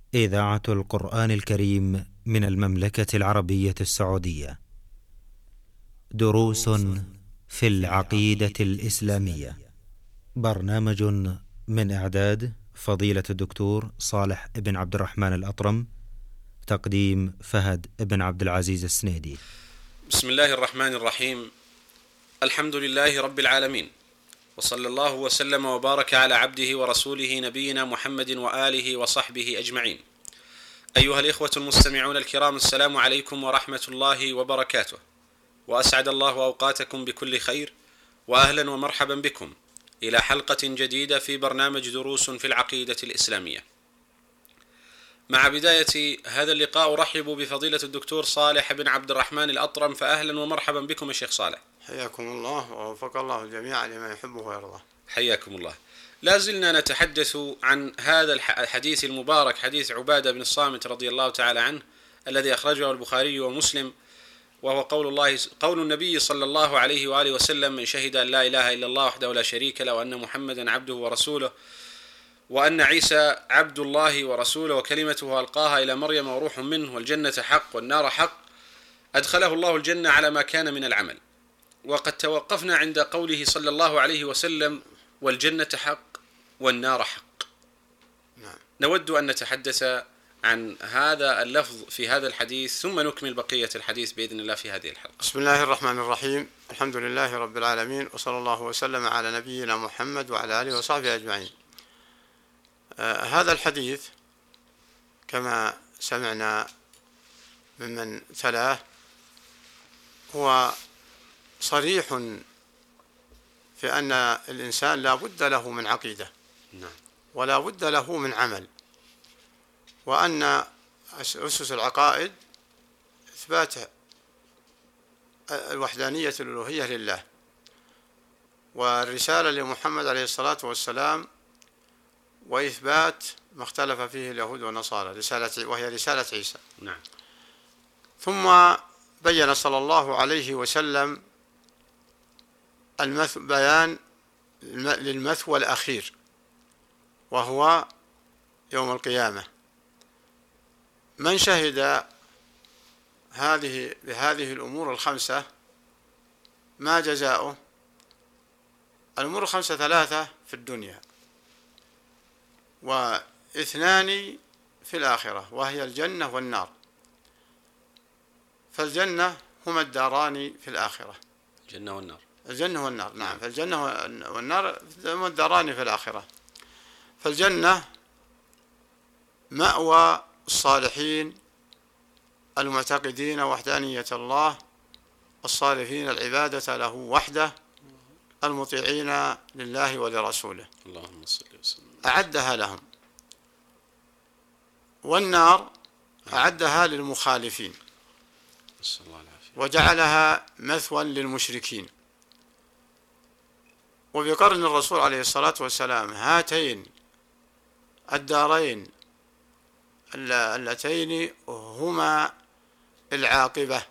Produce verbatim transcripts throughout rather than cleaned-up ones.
إذاعة القرآن الكريم من المملكة العربية السعودية. دروس في العقيدة الإسلامية. برنامج من إعداد فضيلة الدكتور صالح بن عبد الرحمن الأطرم. تقديم فهد بن عبد العزيز السنيدي. بسم الله الرحمن الرحيم. الحمد لله رب العالمين، وصلى الله وسلم وبارك على عبده ورسوله نبينا محمد وآله وصحبه أجمعين. أيها الإخوة المستمعون الكرام، السلام عليكم ورحمة الله وبركاته، وأسعد الله أوقاتكم بكل خير، وأهلا ومرحبا بكم إلى حلقة جديدة في برنامج دروس في العقيدة الإسلامية. مع بداية هذا اللقاء أرحب بفضيلة الدكتور صالح بن عبد الرحمن الأطرم، فأهلا ومرحبا بكم يا شيخ صالح. حياكم الله ووفق الله الجميع لما يحبه ويرضاه. حياكم الله. لا زلنا نتحدث عن هذا الحديث المبارك، حديث عبادة بن الصامت رضي الله تعالى عنه، الذي أخرجه البخاري ومسلم، وهو قول الله قول النبي صلى الله عليه وآله وسلم: من شهد أن لا إله إلا الله وحده لا شريك له، وأن محمدا عبده ورسوله، وأن عيسى عبد الله ورسوله، وكلمته ألقاها إلى مريم وروح منه، والجنة حق والنار حق، أدخله الله الجنة على ما كان من العمل. وقد توقفنا عند قوله صلى الله عليه وسلم: والجنة حق والنار حق. نعم. نود أن نتحدث عن هذا اللفظ في هذا الحديث، ثم نكمل بقية الحديث بإذن الله في هذه الحلقة. بسم الله الرحمن الرحيم. الحمد لله رب العالمين، وصلى الله وسلم على نبينا محمد وعلى آله وصحبه أجمعين. آه هذا الحديث كما سمعنا ممن تلاه هو صريح في أن الإنسان لا بد له من عقيدة، نعم، ولا بد له من عمل، وأن أسس العقائد إثبات الوحدانية الألوهية لله، والرسالة لمحمد عليه الصلاة والسلام، وإثبات ما اختلف فيه اليهود والنصارى، رسالة وهي رسالة عيسى. نعم. ثم بين صلى الله عليه وسلم المث... بيان للمثوى الأخير، وهو يوم القيامة. من شهد هذه بهذه الأمور الخمسة ما جزاؤه؟ الأمور الخمسة ثلاثة في الدنيا، واثنان في الآخرة، وهي الجنة والنار. فالجنة هما الداران في الآخرة، الجنة والنار. الجنة والنار، نعم. فالجنة والنار هما الداران في الآخرة. فالجنة مأوى الصالحين المعتقدين وحدانية الله، الصالحين العبادة له وحده، المطيعين لله ولرسوله، اللهم صل وسلم، أعدها لهم. والنار أعدها للمخالفين، نسأل الله العافية، وجعلها مثوى للمشركين. وبقرن الرسول عليه الصلاة والسلام هاتين الدارين اللتين هما العاقبة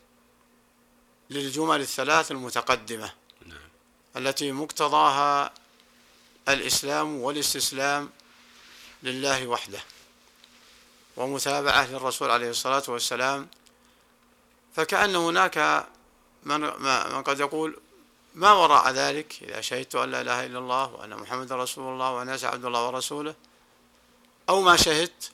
للجمل الثلاث المتقدمة، نعم، التي مقتضاها الإسلام والاستسلام لله وحده، ومتابعة للرسول عليه الصلاة والسلام. فكأن هناك من, من قد يقول: ما وراء ذلك إذا شهدت أن لا إله إلا الله وأن محمد رسول الله وأن عيسى عبد الله ورسوله، أو ما شهدت.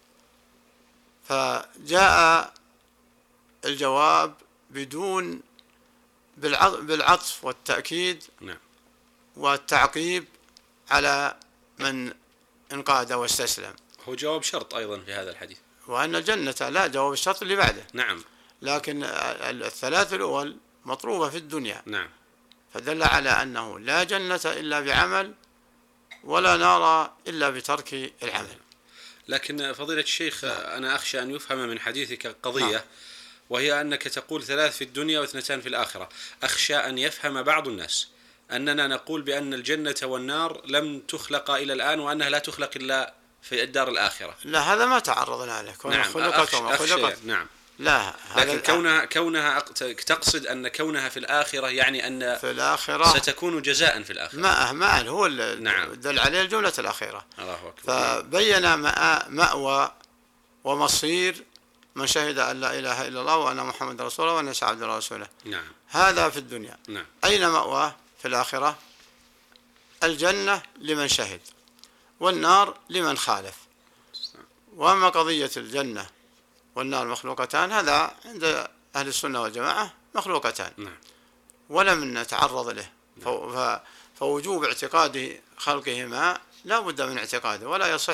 فجاء الجواب بدون بالعطف والتأكيد، نعم، والتعقيب على من انقاد واستسلم. هو جواب شرط أيضا في هذا الحديث، وأن الجنة لا، جواب الشرط اللي بعده، نعم، لكن الثلاث الأول مطلوبة في الدنيا، نعم، فدل على أنه لا جنة إلا بعمل، ولا نار إلا بترك العمل. لكن فضيلة الشيخ، نعم. أنا أخشى أن يفهم من حديثك قضية، نعم. وهي أنك تقول ثلاث في الدنيا واثنتان في الآخرة. أخشى أن يفهم بعض الناس أننا نقول بأن الجنة والنار لم تخلق إلى الآن، وأنها لا تخلق إلا في الدار الآخرة. لا، هذا ما تعرضنا له. نعم، خلقت وما خلقت. نعم، لا، لكن كونها كونها تقصد أن كونها في الآخرة يعني أن في الآخرة ستكون جزاء في الآخرة. ما ما هو نعم. دل عليه الجملة الأخيرة. الله أكبر. فبين مأوى ومصير من شهد أن لا إله إلا الله وأن محمد رسول الله وأن عيسى عبد الله ورسوله. نعم. هذا في الدنيا. نعم. أين مأوى في الآخرة؟ الجنة لمن شهد، والنار لمن خالف. وأما قضية الجنة والنار مخلوقتان، هذا عند أهل السنة والجماعة مخلوقتان. نعم. ولم نتعرض له. نعم. فوجوب اعتقاد خلقهما لا بد من اعتقاده، ولا يصح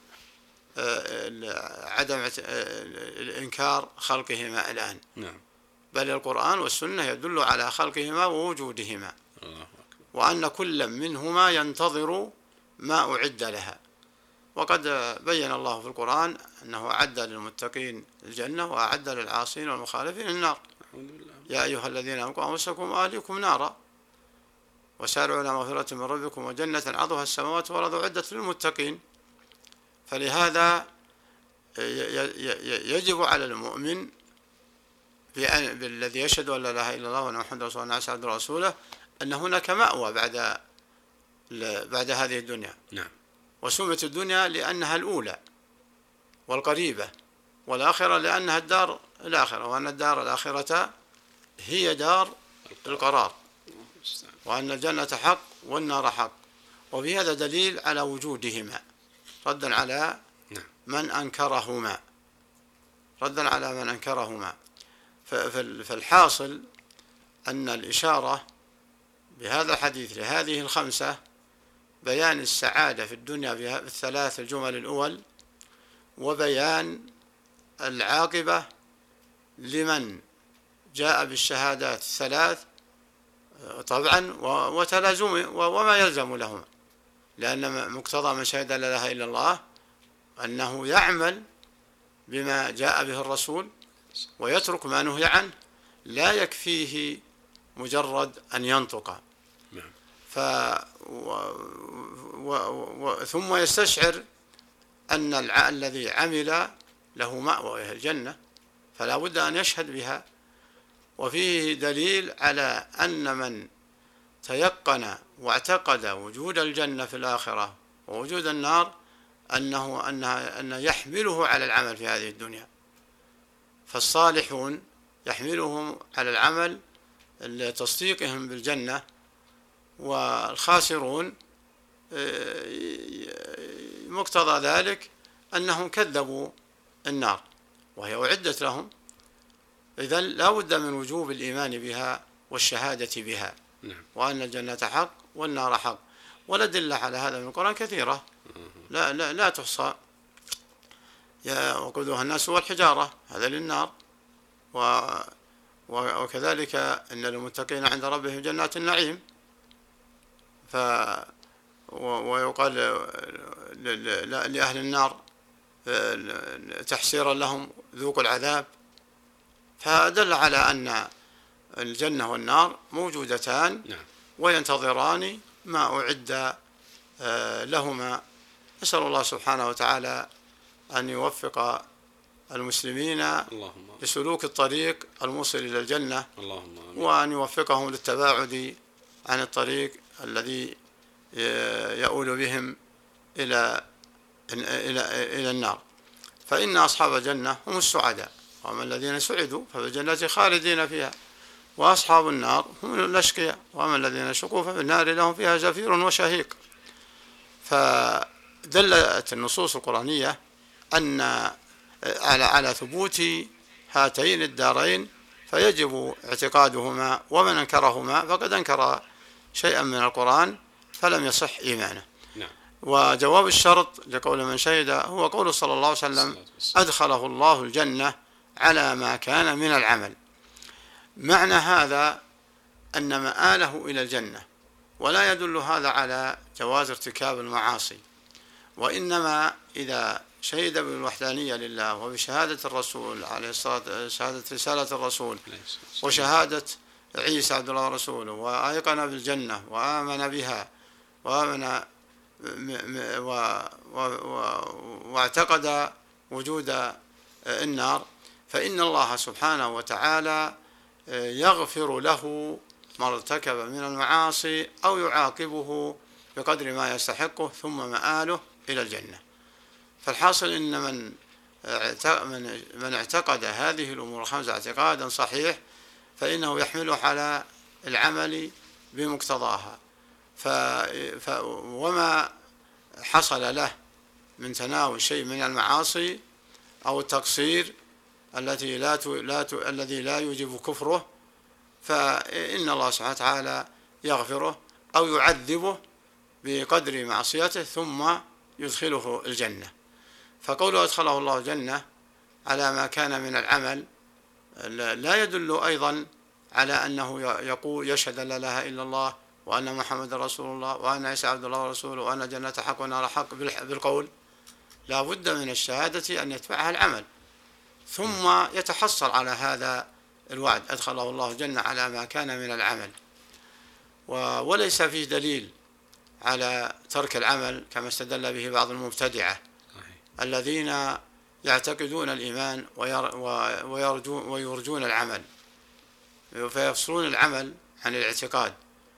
عدم الإنكار خلقهما الآن. نعم. بل القرآن والسنة يدل على خلقهما ووجودهما، الله أكبر. وأن كل منهما ينتظر ما أعد لها. وقد بين الله في القرآن أنه أعد للمتقين الجنة وأعد للعاصين والمخالفين النار. يا أيها الذين آمنوا أنفسكم وأهليكم نارا وسارعوا إلى مغفرة من ربكم وجنة عرضها السماوات والأرض أعدت للمتقين. فلهذا يجب على المؤمن بالذي يشهد أن لا إله إلا الله وأن محمدا رسول الله عبده ورسوله أن هناك مأوى بعد بعد هذه الدنيا. نعم. وسمت الدنيا لأنها الأولى والقريبة، والآخرة لأنها الدار الآخرة، وأن الدار الآخرة هي دار القرار، وأن الجنة حق والنار حق. وبهذا دليل على وجودهما ردا على من أنكرهما ردا على من أنكرهما. فالحاصل أن الإشارة بهذا الحديث لهذه الخمسة بيان السعادة في الدنيا بالثلاث الجمل الأول، وبيان العاقبة لمن جاء بالشهادات الثلاث طبعا وتلازم وما يلزم لهما، لأن مقتضى من شهد لا إله إلا الله أنه يعمل بما جاء به الرسول ويترك ما نهي عنه، لا يكفيه مجرد أن ينطق. ف و... و... و... ثم يستشعر أن الع... الذي عمل له مأوى وهي الجنة، فلا بد أن يشهد بها. وفيه دليل على أن من تيقن واعتقد وجود الجنة في الآخرة ووجود النار أنه أنها أن يحمله على العمل في هذه الدنيا. فالصالحون يحملهم على العمل لتصديقهم بالجنة، والخاسرون مقتضى ذلك أنهم كذبوا النار وهي أعدت لهم. إذن لا بد من وجوب الإيمان بها والشهادة بها. نعم. وأن الجنة حق والنار حق. والأدلة على هذا من القرآن كثيرة لا, لا, لا تحصى. وقودها الناس والحجارة، هذا للنار. و وكذلك إن للمتقين عند ربهم جنات النعيم. ف ويقال لأهل النار تحسيرا لهم ذوقوا العذاب. فدل على أن الجنة والنار موجودتان وينتظران ما أعد لهما. نسأل الله سبحانه وتعالى أن يوفق المسلمين لسلوك الطريق الموصل إلى الجنة، وأن يوفقهم للتباعد عن الطريق الذي يؤول بهم إلى إلى إلى النار. فإن أصحاب الجنة هم السعداء، وأما الذين سعدوا ففي الجنة خالدين فيها، وأصحاب النار هم الأشقياء، وأما الذين شقوا ففي النار لهم فيها زفير وشهيق. فدلت النصوص القرآنية أن على على ثبوت هاتين الدارين، فيجب اعتقادهما، ومن أنكرهما فقد أنكر شيئا من القرآن فلم يصح إيمانه. نعم. وجواب الشرط لقول من شهد هو قول صلى الله عليه وسلم: أدخله الله الجنة على ما كان من العمل. معنى هذا أن مآله إلى الجنة، ولا يدل هذا على جواز ارتكاب المعاصي، وإنما إذا شهد بالوحدانية لله وبشهادة الرسول عليه الصلاة شهادة رسالة الرسول وشهادة عيسى عبد الله ورسوله، وأيقن بالجنة وآمن بها وآمن واعتقد وجود النار، فإن الله سبحانه وتعالى يغفر له ما ارتكب من المعاصي أو يعاقبه بقدر ما يستحقه ثم مآله إلى الجنة. فالحاصل إن من من اعتقد هذه الأمور الخمسة اعتقادا صحيح فإنه يحمله على العمل بمقتضاها. ف... ف... وما حصل له من تناول شيء من المعاصي أو التقصير التي لا ت... لا ت... الذي لا يوجب كفره فإن الله سبحانه وتعالى يغفره أو يعذبه بقدر معصيته ثم يدخله الجنة. فقوله أدخله الله الجنة على ما كان من العمل لا يدل أيضا على أنه يقول يشهد أن لا إله إلا الله وأن محمد رسول الله وأن عيسى عبد الله ورسوله وأن الجنة حق ونار حق بالقول. لا بد من الشهادة أن يتبعها العمل ثم يتحصل على هذا الوعد أدخله الله الجنة على ما كان من العمل. وليس فيه دليل على ترك العمل كما استدل به بعض المبتدعة الذين يعتقدون الإيمان ويرجون, ويرجون العمل فيفصلون العمل عن الاعتقاد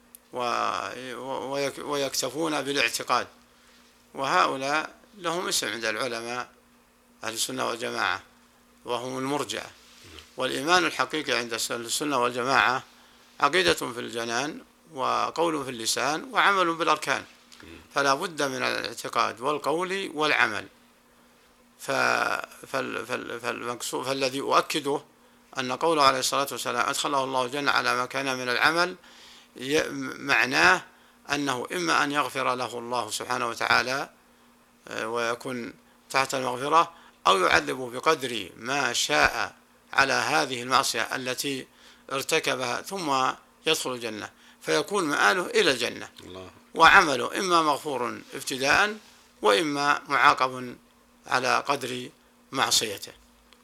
ويكتفون بالاعتقاد. وهؤلاء لهم اسم عند العلماء أهل السنة والجماعة وهم المرجئة. والإيمان الحقيقي عند السنة والجماعة عقيدة في الجنان وقول في اللسان وعمل بالأركان، فلا بد من الاعتقاد والقول والعمل. فالمقصود فالذي أؤكده أن قوله عليه الصلاة والسلام أدخله الله الجنة على ما كان من العمل معناه أنه إما أن يغفر له الله سبحانه وتعالى ويكون تحت المغفرة أو يعذبه بقدر ما شاء على هذه المعصية التي ارتكبها ثم يدخل الجنة فيكون مآله إلى الجنة الله. وعمله إما مغفور ابتداء وإما معاقب على قدر معصيته.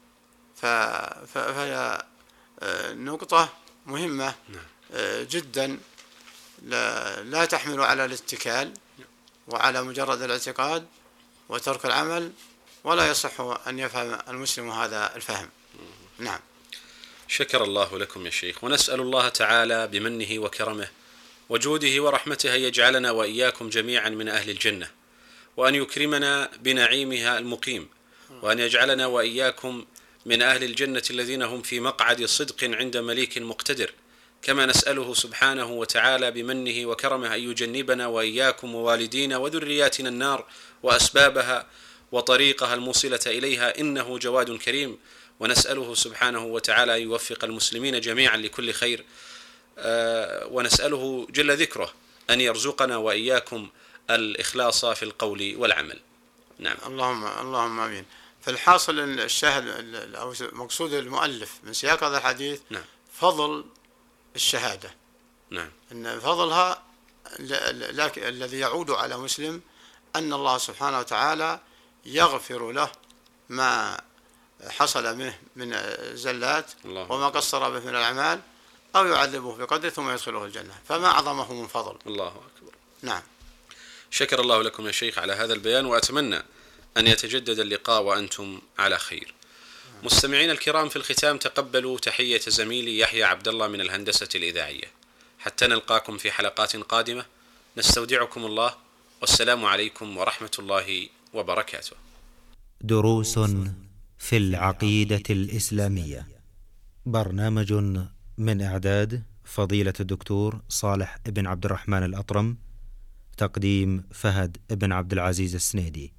فهي نقطة مهمة جدا لا تحمل على الاتكال وعلى مجرد الاعتقاد وترك العمل، ولا يصح أن يفهم المسلم هذا الفهم. نعم. شكر الله لكم يا شيخ، ونسأل الله تعالى بمنه وكرمه وجوده ورحمته أن يجعلنا وإياكم جميعا من أهل الجنة، وأن يكرمنا بنعيمها المقيم، وأن يجعلنا وإياكم من أهل الجنة الذين هم في مقعد صدق عند مليك مقتدر، كما نسأله سبحانه وتعالى بمنه وكرمه أن يجنبنا وإياكم ووالدينا وذرياتنا النار وأسبابها وطريقها الموصلة إليها، إنه جواد كريم. ونسأله سبحانه وتعالى أن يوفق المسلمين جميعا لكل خير، أه ونسأله جل ذكره أن يرزقنا وإياكم الإخلاص في القول والعمل. نعم. اللهم اللهم آمين. فالحاصل أن الشاهد أو مقصود المؤلف من سياق هذا الحديث نعم. فضل الشهادة. نعم. أن فضلها الذي يعود على مسلم أن الله سبحانه وتعالى يغفر له ما حصل منه من زلات وما قصر به من الأعمال أو يعذبه بقدر ثم يدخله الجنة، فما أعظمه من فضل. الله أكبر. نعم. شكر الله لكم يا شيخ على هذا البيان، وأتمنى أن يتجدد اللقاء وأنتم على خير. مستمعين الكرام، في الختام تقبلوا تحية زميلي يحيى عبد الله من الهندسة الإذاعية. حتى نلقاكم في حلقات قادمة، نستودعكم الله، والسلام عليكم ورحمة الله وبركاته. دروس في العقيدة الإسلامية، برنامج من إعداد فضيلة الدكتور صالح بن عبد الرحمن الأطرم، تقديم فهد بن عبد العزيز السنيدي.